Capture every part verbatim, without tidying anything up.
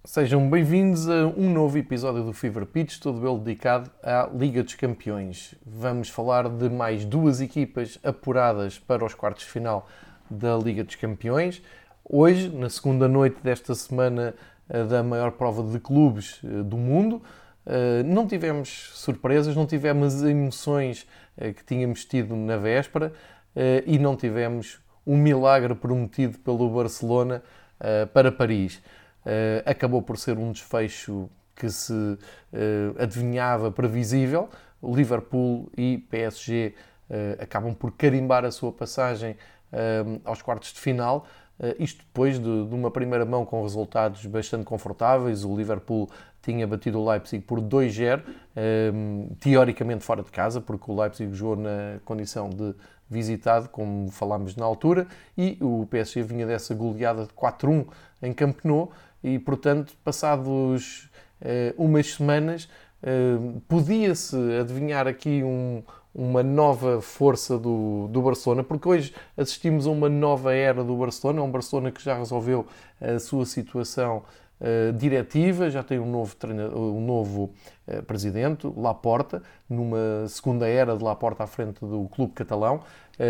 Sejam bem-vindos a um novo episódio do Fever Pitch, todo ele dedicado à Liga dos Campeões. Vamos falar de mais duas equipas apuradas para os quartos de final da Liga dos Campeões. Hoje, na segunda noite desta semana da maior prova de clubes do mundo, não tivemos surpresas, não tivemos as emoções que tínhamos tido na véspera e não tivemos um milagre prometido pelo Barcelona para Paris. Uh, acabou por ser um desfecho que se uh, adivinhava previsível. O Liverpool e P S G uh, acabam por carimbar a sua passagem uh, aos quartos de final. Uh, isto depois de, de uma primeira mão com resultados bastante confortáveis. O Liverpool tinha batido o Leipzig por dois zero, uh, teoricamente fora de casa, porque o Leipzig jogou na condição de visitado, como falámos na altura, e o P S G vinha dessa goleada de quatro a um em Camp Nou. E, portanto, passados uh, umas semanas, uh, podia-se adivinhar aqui um, uma nova força do, do Barcelona, porque hoje assistimos a uma nova era do Barcelona, um Barcelona que já resolveu a sua situação uh, diretiva, já tem um novo, treinador, um novo uh, presidente, Laporta, numa segunda era de Laporta à frente do clube catalão.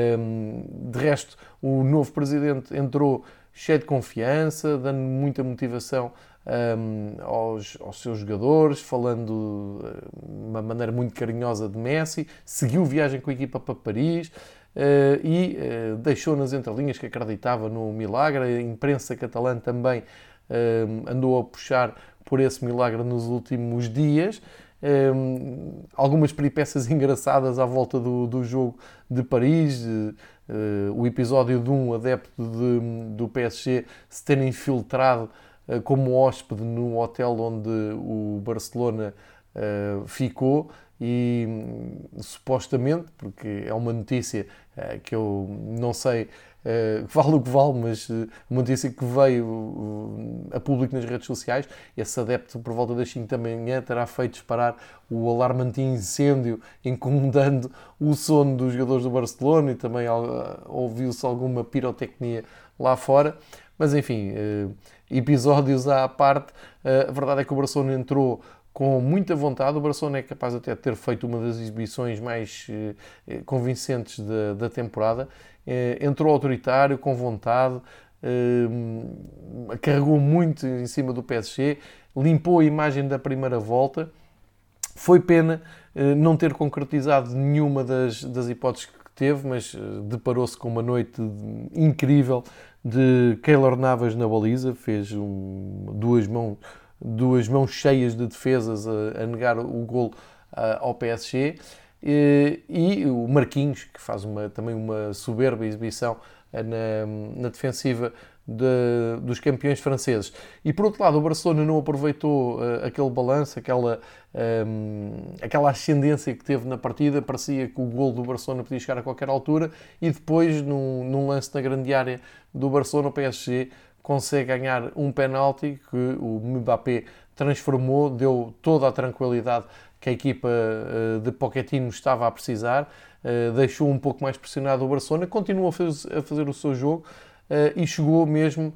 Um, de resto, o novo presidente entrou cheio de confiança, dando muita motivação um, aos, aos seus jogadores, falando de uma maneira muito carinhosa de Messi, seguiu viagem com a equipa para Paris uh, e uh, deixou nas entrelinhas que acreditava no milagre. A imprensa catalã também uh, andou a puxar por esse milagre nos últimos dias. Um, algumas peripécias engraçadas à volta do, do jogo de Paris, uh, uh, o episódio de um adepto de, do P S G se ter infiltrado uh, como hóspede no hotel onde o Barcelona uh, ficou e um, supostamente, porque é uma notícia uh, que eu não sei Uh, vale o que vale, mas uh, uma notícia que veio uh, a público nas redes sociais. Esse adepto, por volta das cinco da manhã, terá feito disparar o alarme anti-incêndio, incomodando o sono dos jogadores do Barcelona, e também uh, ouviu-se alguma pirotecnia lá fora. Mas enfim, uh, episódios à parte, uh, a verdade é que o Barcelona entrou com muita vontade. O Barcelona é capaz até de ter feito uma das exibições mais uh, convincentes da, da temporada. Uh, entrou autoritário, com vontade, uh, carregou muito em cima do P S G, limpou a imagem da primeira volta. Foi pena uh, não ter concretizado nenhuma das, das hipóteses que teve, mas uh, deparou-se com uma noite incrível de Keylor Navas na baliza, fez um, duas mãos duas mãos cheias de defesas a, a negar o golo uh, ao P S G, e, e o Marquinhos, que faz uma, também uma soberba exibição uh, na, na defensiva de, dos campeões franceses. E por outro lado, o Barcelona não aproveitou uh, aquele balanço, aquela, um, aquela ascendência que teve na partida. Parecia que o golo do Barcelona podia chegar a qualquer altura, e depois, num, num lance na grande área do Barcelona, o P S G consegue ganhar um penalti que o Mbappé transformou, deu toda a tranquilidade que a equipa de Pochettino estava a precisar, deixou um pouco mais pressionado o Barcelona, continuou a fazer o seu jogo e chegou mesmo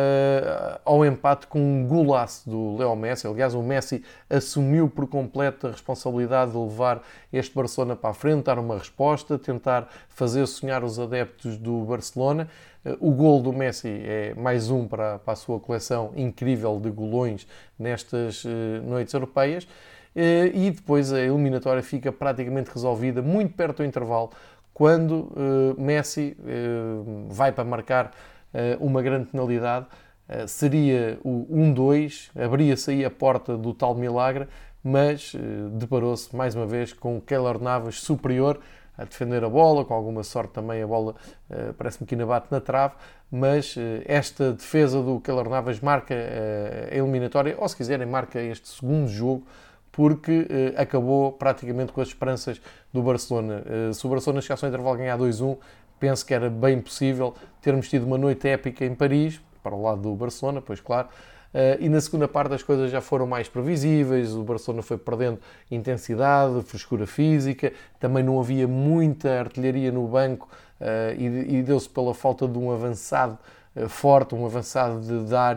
ao empate com um golaço do Leo Messi. Aliás, o Messi assumiu por completo a responsabilidade de levar este Barcelona para a frente, dar uma resposta, tentar fazer sonhar os adeptos do Barcelona. O golo do Messi é mais um para, para a sua coleção incrível de golões nestas uh, noites europeias. Uh, e depois a eliminatória fica praticamente resolvida, muito perto do intervalo, quando uh, Messi uh, vai para marcar uh, uma grande penalidade. Uh, seria o um dois, abria-se aí a porta do tal milagre, mas uh, deparou-se mais uma vez com o Keylor Navas superior a defender a bola, com alguma sorte também a bola uh, parece-me que ainda bate na trave, mas uh, esta defesa do Keylor Navas marca uh, a eliminatória, ou se quiserem marca este segundo jogo, porque uh, acabou praticamente com as esperanças do Barcelona. Uh, se o Barcelona chegasse ao intervalo a ganhar dois a um, penso que era bem possível termos tido uma noite épica em Paris, para o lado do Barcelona, pois claro. Uh, e na segunda parte as coisas já foram mais previsíveis, o Barcelona foi perdendo intensidade, frescura física, também não havia muita artilharia no banco, uh, e, e deu-se pela falta de um avançado uh, forte, um avançado de, de área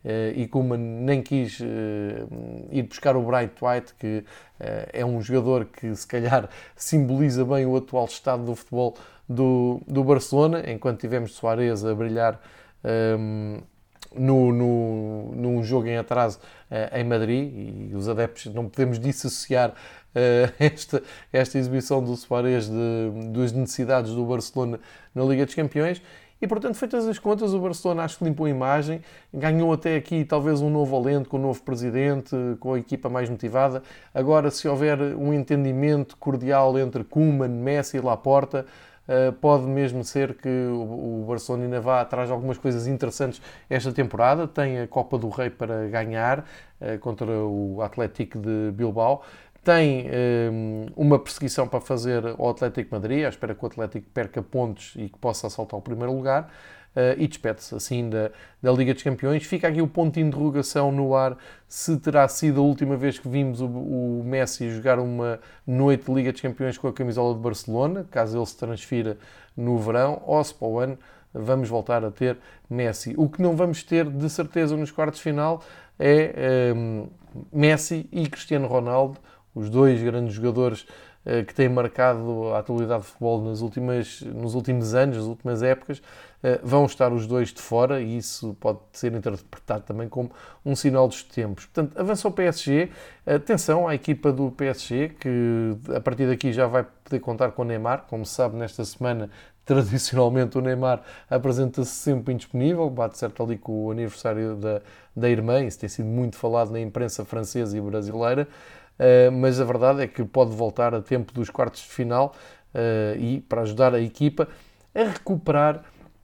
e Koeman nem quis ir buscar o Bright White, que é um jogador que se calhar simboliza bem o atual estado do futebol do, do Barcelona, enquanto tivemos Suárez a brilhar um, no, no, num jogo em atraso uh, em Madrid, e os adeptos não podemos dissociar uh, esta, esta exibição do Suárez de, das necessidades do Barcelona na Liga dos Campeões. E, portanto, feitas as contas, o Barcelona acho que limpou a imagem, ganhou até aqui talvez um novo alento, com um novo presidente, com a equipa mais motivada. Agora, se houver um entendimento cordial entre Koeman, Messi e Laporta, pode mesmo ser que o Barcelona ainda vá atrás de algumas coisas interessantes esta temporada. Tem a Copa do Rei para ganhar contra o Atlético de Bilbao. Tem um, uma perseguição para fazer ao Atlético de Madrid, à espera que o Atlético perca pontos e que possa assaltar o primeiro lugar, uh, e despede-se assim da, da Liga dos Campeões. Fica aqui o ponto de interrogação no ar se terá sido a última vez que vimos o, o Messi jogar uma noite de Liga dos Campeões com a camisola de Barcelona, caso ele se transfira no verão, ou se para o ano vamos voltar a ter Messi. O que não vamos ter de certeza nos quartos de final é um, Messi e Cristiano Ronaldo, os dois grandes jogadores uh, que têm marcado a atualidade de futebol nas últimas, nos últimos anos, nas últimas épocas, uh, vão estar os dois de fora, e isso pode ser interpretado também como um sinal dos tempos. Portanto, avança o P S G. Atenção à equipa do P S G, que a partir daqui já vai poder contar com o Neymar. Como se sabe, nesta semana, tradicionalmente, o Neymar apresenta-se sempre indisponível, bate certo ali com o aniversário da, da irmã, isso tem sido muito falado na imprensa francesa e brasileira. Uh, mas a verdade é que pode voltar a tempo dos quartos de final uh, e para ajudar a equipa a recuperar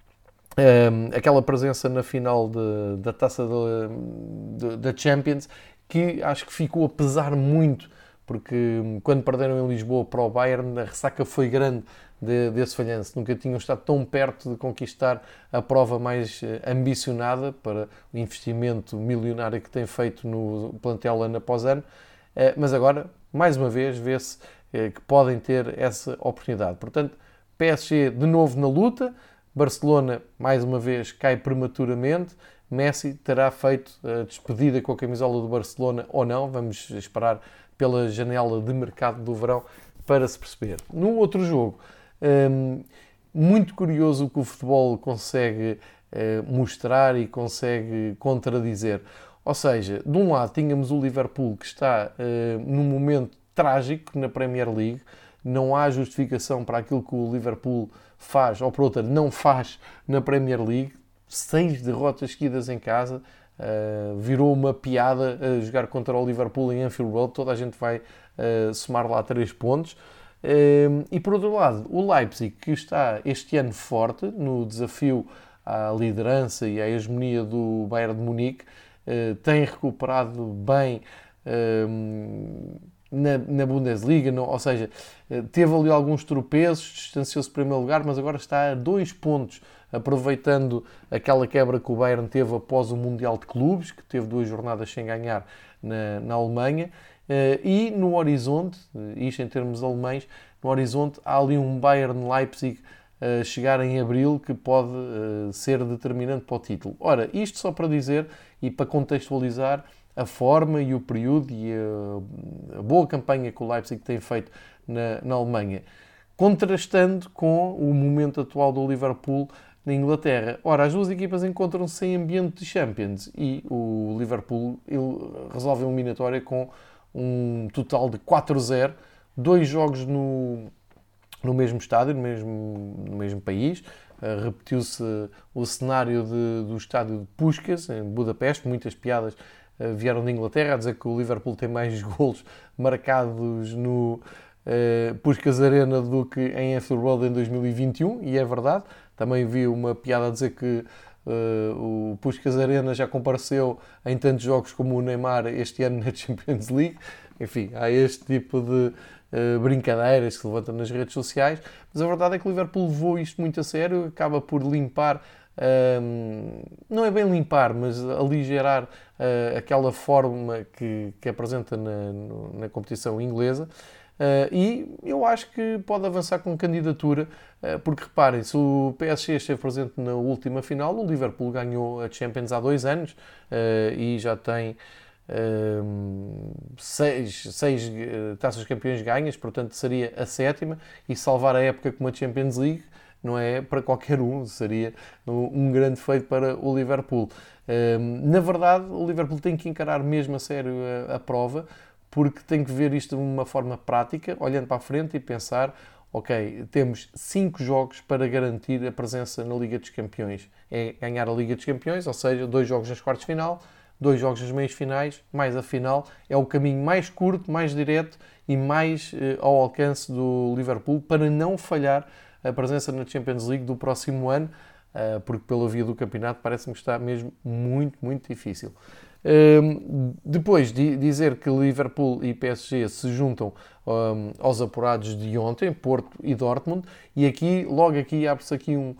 uh, aquela presença na final de, da Taça da Champions, que acho que ficou a pesar muito, porque quando perderam em Lisboa para o Bayern, a ressaca foi grande de, desse falhanço. Nunca tinham estado tão perto de conquistar a prova mais ambicionada para o investimento milionário que tem feito no plantel ano após ano. Mas agora, mais uma vez, vê-se que podem ter essa oportunidade. Portanto, P S G de novo na luta, Barcelona, mais uma vez, cai prematuramente, Messi terá feito a despedida com a camisola do Barcelona ou não, vamos esperar pela janela de mercado do verão para se perceber. No outro jogo, hum, muito curioso o que o futebol consegue hum, mostrar e consegue contradizer. Ou seja, de um lado tínhamos o Liverpool, que está uh, num momento trágico na Premier League, não há justificação para aquilo que o Liverpool faz, ou por outra, não faz na Premier League, seis derrotas seguidas em casa, uh, virou uma piada a jogar contra o Liverpool em Anfield Road, toda a gente vai uh, somar lá três pontos. Uh, e por outro lado, o Leipzig, que está este ano forte no desafio à liderança e à hegemonia do Bayern de Munique, Uh, tem recuperado bem uh, na, na Bundesliga, não, ou seja, uh, teve ali alguns tropeços, distanciou-se do primeiro lugar, mas agora está a dois pontos, aproveitando aquela quebra que o Bayern teve após o Mundial de Clubes, que teve duas jornadas sem ganhar na, na Alemanha, uh, e no horizonte, uh, isto em termos alemães, no horizonte há ali um Bayern-Leipzig a chegar em abril, que pode uh, ser determinante para o título. Ora, isto só para dizer e para contextualizar a forma e o período e a, a boa campanha que o Leipzig tem feito na, na Alemanha, contrastando com o momento atual do Liverpool na Inglaterra. Ora, as duas equipas encontram-se em ambiente de Champions e o Liverpool ele resolve a eliminatória com um total de quatro a zero, dois jogos no... no mesmo estádio, no mesmo, no mesmo país. Uh, repetiu-se o cenário de, do estádio de Puskás, em Budapeste. Muitas piadas uh, vieram da Inglaterra a dizer que o Liverpool tem mais golos marcados no uh, Puskás Arena do que em Anfield Road em dois mil e vinte e um, e é verdade. Também vi uma piada a dizer que uh, o Puskás Arena já compareceu em tantos jogos como o Neymar este ano na Champions League. Enfim, há este tipo de Uh, brincadeiras que se levantam nas redes sociais, mas a verdade é que o Liverpool levou isto muito a sério, acaba por limpar, uh, não é bem limpar, mas aligerar uh, aquela forma que, que apresenta na, no, na competição inglesa, e eu acho que pode avançar com candidatura, porque reparem, se o P S G esteve presente na última final, o Liverpool ganhou a Champions há dois anos e já tem Um, seis, seis uh, taças de campeões ganhas, portanto seria a sétima, e salvar a época com uma Champions League não é para qualquer um, seria um, um grande feito para o Liverpool. Um, na verdade, o Liverpool tem que encarar mesmo a sério a, a prova, porque tem que ver isto de uma forma prática, olhando para a frente e pensar: ok, temos cinco jogos para garantir a presença na Liga dos Campeões. É ganhar a Liga dos Campeões, ou seja, dois jogos nas quartas de final, dois jogos nas meias finais, mais a final. É o caminho mais curto, mais direto e mais eh, ao alcance do Liverpool para não falhar a presença na Champions League do próximo ano, eh, porque pela via do campeonato parece-me que está mesmo muito, muito difícil. Um, depois de dizer que Liverpool e P S G se juntam um, aos apurados de ontem, Porto e Dortmund, e aqui, logo aqui, abre-se aqui um,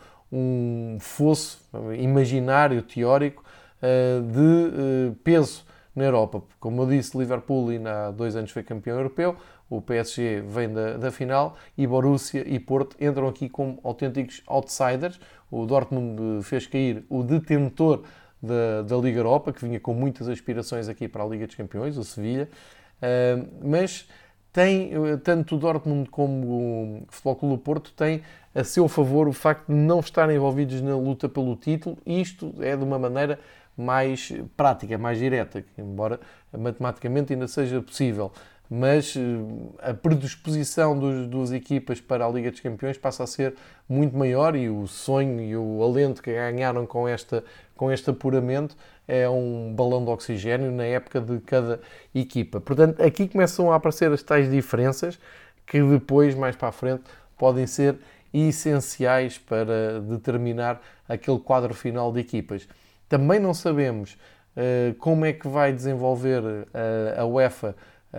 um fosso imaginário, teórico, uh, de uh, peso na Europa. Como eu disse, Liverpool ainda há dois anos foi campeão europeu, o P S G vem da, da final, e Borussia e Porto entram aqui como autênticos outsiders. O Dortmund fez cair o detentor Da, da Liga Europa, que vinha com muitas aspirações aqui para a Liga dos Campeões, o Sevilha, uh, mas tem, tanto o Dortmund como o Futebol Clube do Porto têm a seu favor o facto de não estarem envolvidos na luta pelo título, e isto é de uma maneira mais prática, mais direta, embora matematicamente ainda seja possível. Mas a predisposição dos, das equipas para a Liga dos Campeões passa a ser muito maior, e o sonho e o alento que ganharam com, esta, com este apuramento é um balão de oxigénio na época de cada equipa. Portanto, aqui começam a aparecer as tais diferenças que depois, mais para a frente, podem ser essenciais para determinar aquele quadro final de equipas. Também não sabemos uh, como é que vai desenvolver uh, a UEFA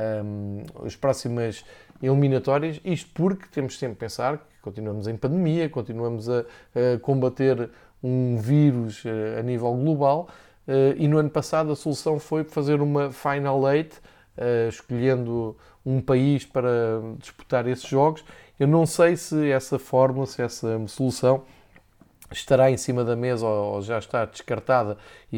Um, as próximas eliminatórias, isto porque temos sempre a pensar que continuamos em pandemia, continuamos a, a combater um vírus uh, a nível global, uh, e no ano passado a solução foi fazer uma Final Eight, uh, escolhendo um país para disputar esses jogos. Eu não sei se essa fórmula, se essa solução estará em cima da mesa ou, ou já está descartada,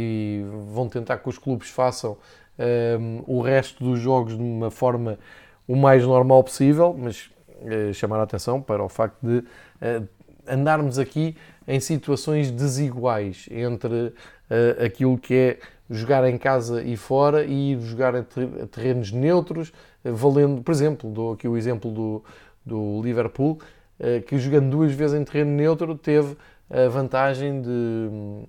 e vão tentar que os clubes façam Um, o resto dos jogos de uma forma o mais normal possível, mas uh, chamar a atenção para o facto de uh, andarmos aqui em situações desiguais entre uh, aquilo que é jogar em casa e fora, e ir jogar a terrenos neutros, uh, valendo, por exemplo, dou aqui o exemplo do, do Liverpool, uh, que jogando duas vezes em terreno neutro teve a vantagem de,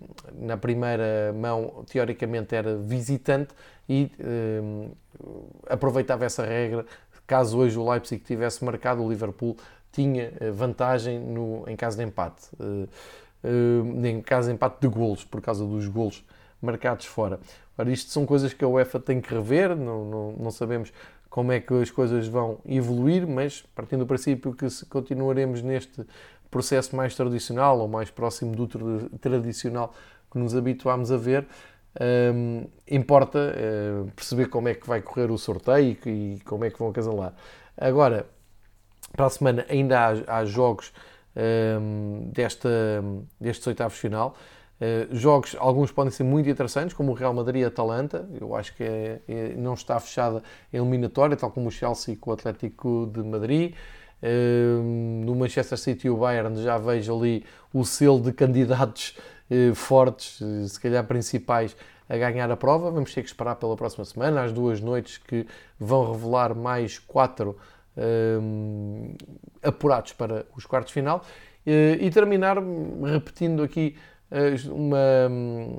na primeira mão, teoricamente era visitante, e um, aproveitava essa regra. Caso hoje o Leipzig tivesse marcado, o Liverpool tinha vantagem no, em caso de empate, uh, uh, em caso de empate de golos, por causa dos golos marcados fora. Ora, isto são coisas que a UEFA tem que rever, não, não, não sabemos como é que as coisas vão evoluir, mas partindo do princípio que se continuaremos neste processo mais tradicional, ou mais próximo do tradicional que nos habituámos a ver, um, importa uh, perceber como é que vai correr o sorteio e, e como é que vão acasalar. Agora, para a semana ainda há, há jogos um, desta, destes oitavos de final. Uh, jogos, alguns podem ser muito interessantes, como o Real Madrid e a Atalanta. Eu acho que é, é, não está fechada a eliminatória, tal como o Chelsea com o Atlético de Madrid. Uh, no Manchester City e o Bayern já vejo ali o selo de candidatos uh, fortes, uh, se calhar principais, a ganhar a prova. Vamos ter que esperar pela próxima semana, às duas noites, que vão revelar mais quatro uh, apurados para os quartos de final. Uh, e terminar repetindo aqui uh, uma,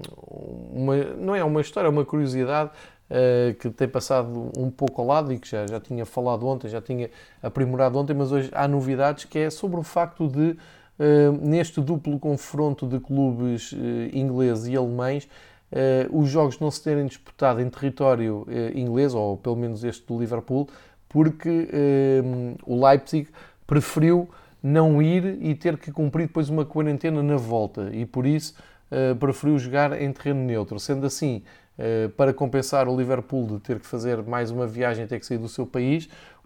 uma, não é uma história, é uma curiosidade Uh, que tem passado um pouco ao lado, e que já, já tinha falado ontem, já tinha aprimorado ontem, mas hoje há novidades, que é sobre o facto de, uh, neste duplo confronto de clubes uh, ingleses e alemães, uh, os jogos não se terem disputado em território uh, inglês, ou pelo menos este do Liverpool, porque uh, o Leipzig preferiu não ir e ter que cumprir depois uma quarentena na volta, e por isso uh, preferiu jogar em terreno neutro. Sendo assim, Uh, para compensar o Liverpool de ter que fazer mais uma viagem e ter que sair do seu país,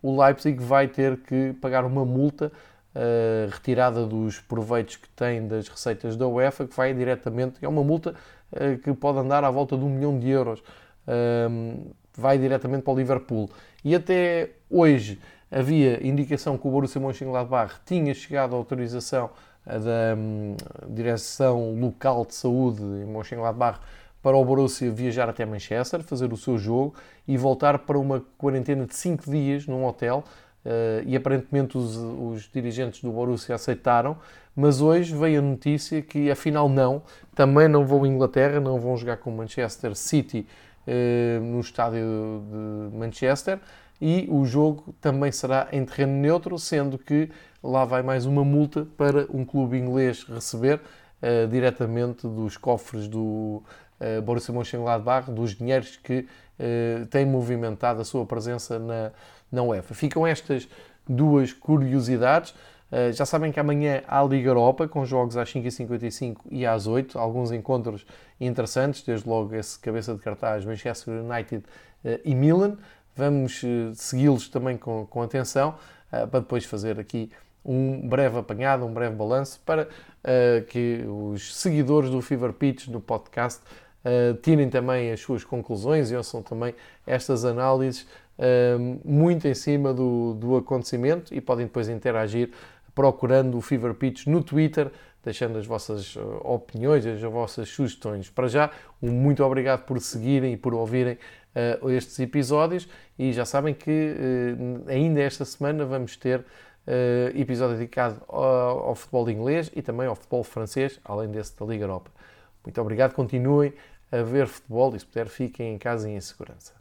o Leipzig vai ter que pagar uma multa uh, retirada dos proveitos que tem das receitas da UEFA, que vai diretamente, é uma multa uh, que pode andar à volta de um milhão de euros, uh, vai diretamente para o Liverpool. E até hoje havia indicação que o Borussia Mönchengladbach tinha chegado à autorização da um, Direção Local de Saúde em Mönchengladbach para o Borussia viajar até Manchester, fazer o seu jogo e voltar para uma quarentena de cinco dias num hotel. Uh, e aparentemente os, os dirigentes do Borussia aceitaram, mas hoje veio a notícia que afinal não, também não vão à Inglaterra, não vão jogar com o Manchester City uh, no estádio de Manchester, e o jogo também será em terreno neutro, sendo que lá vai mais uma multa para um clube inglês receber uh, diretamente dos cofres do uh, Borussia Mönchengladbach, dos dinheiros que uh, têm movimentado a sua presença na, na UEFA. Ficam estas duas curiosidades. Uh, já sabem que amanhã há a Liga Europa, com jogos às cinco e cinquenta e cinco e às oito, alguns encontros interessantes, desde logo esse cabeça de cartaz Manchester United uh, e Milan. Vamos uh, segui-los também com, com atenção, uh, para depois fazer aqui um breve apanhado, um breve balanço, para uh, que os seguidores do Fever Pitch no podcast uh, tirem também as suas conclusões e ouçam também estas análises uh, muito em cima do, do acontecimento, e podem depois interagir procurando o Fever Pitch no Twitter, deixando as vossas opiniões, as vossas sugestões. Para já, um muito obrigado por seguirem e por ouvirem uh, estes episódios, e já sabem que uh, ainda esta semana vamos ter uh, episódio dedicado ao, ao futebol inglês e também ao futebol francês, além desse da Liga Europa. Muito obrigado, continuem a ver futebol e, se puder, fiquem em casa e em segurança.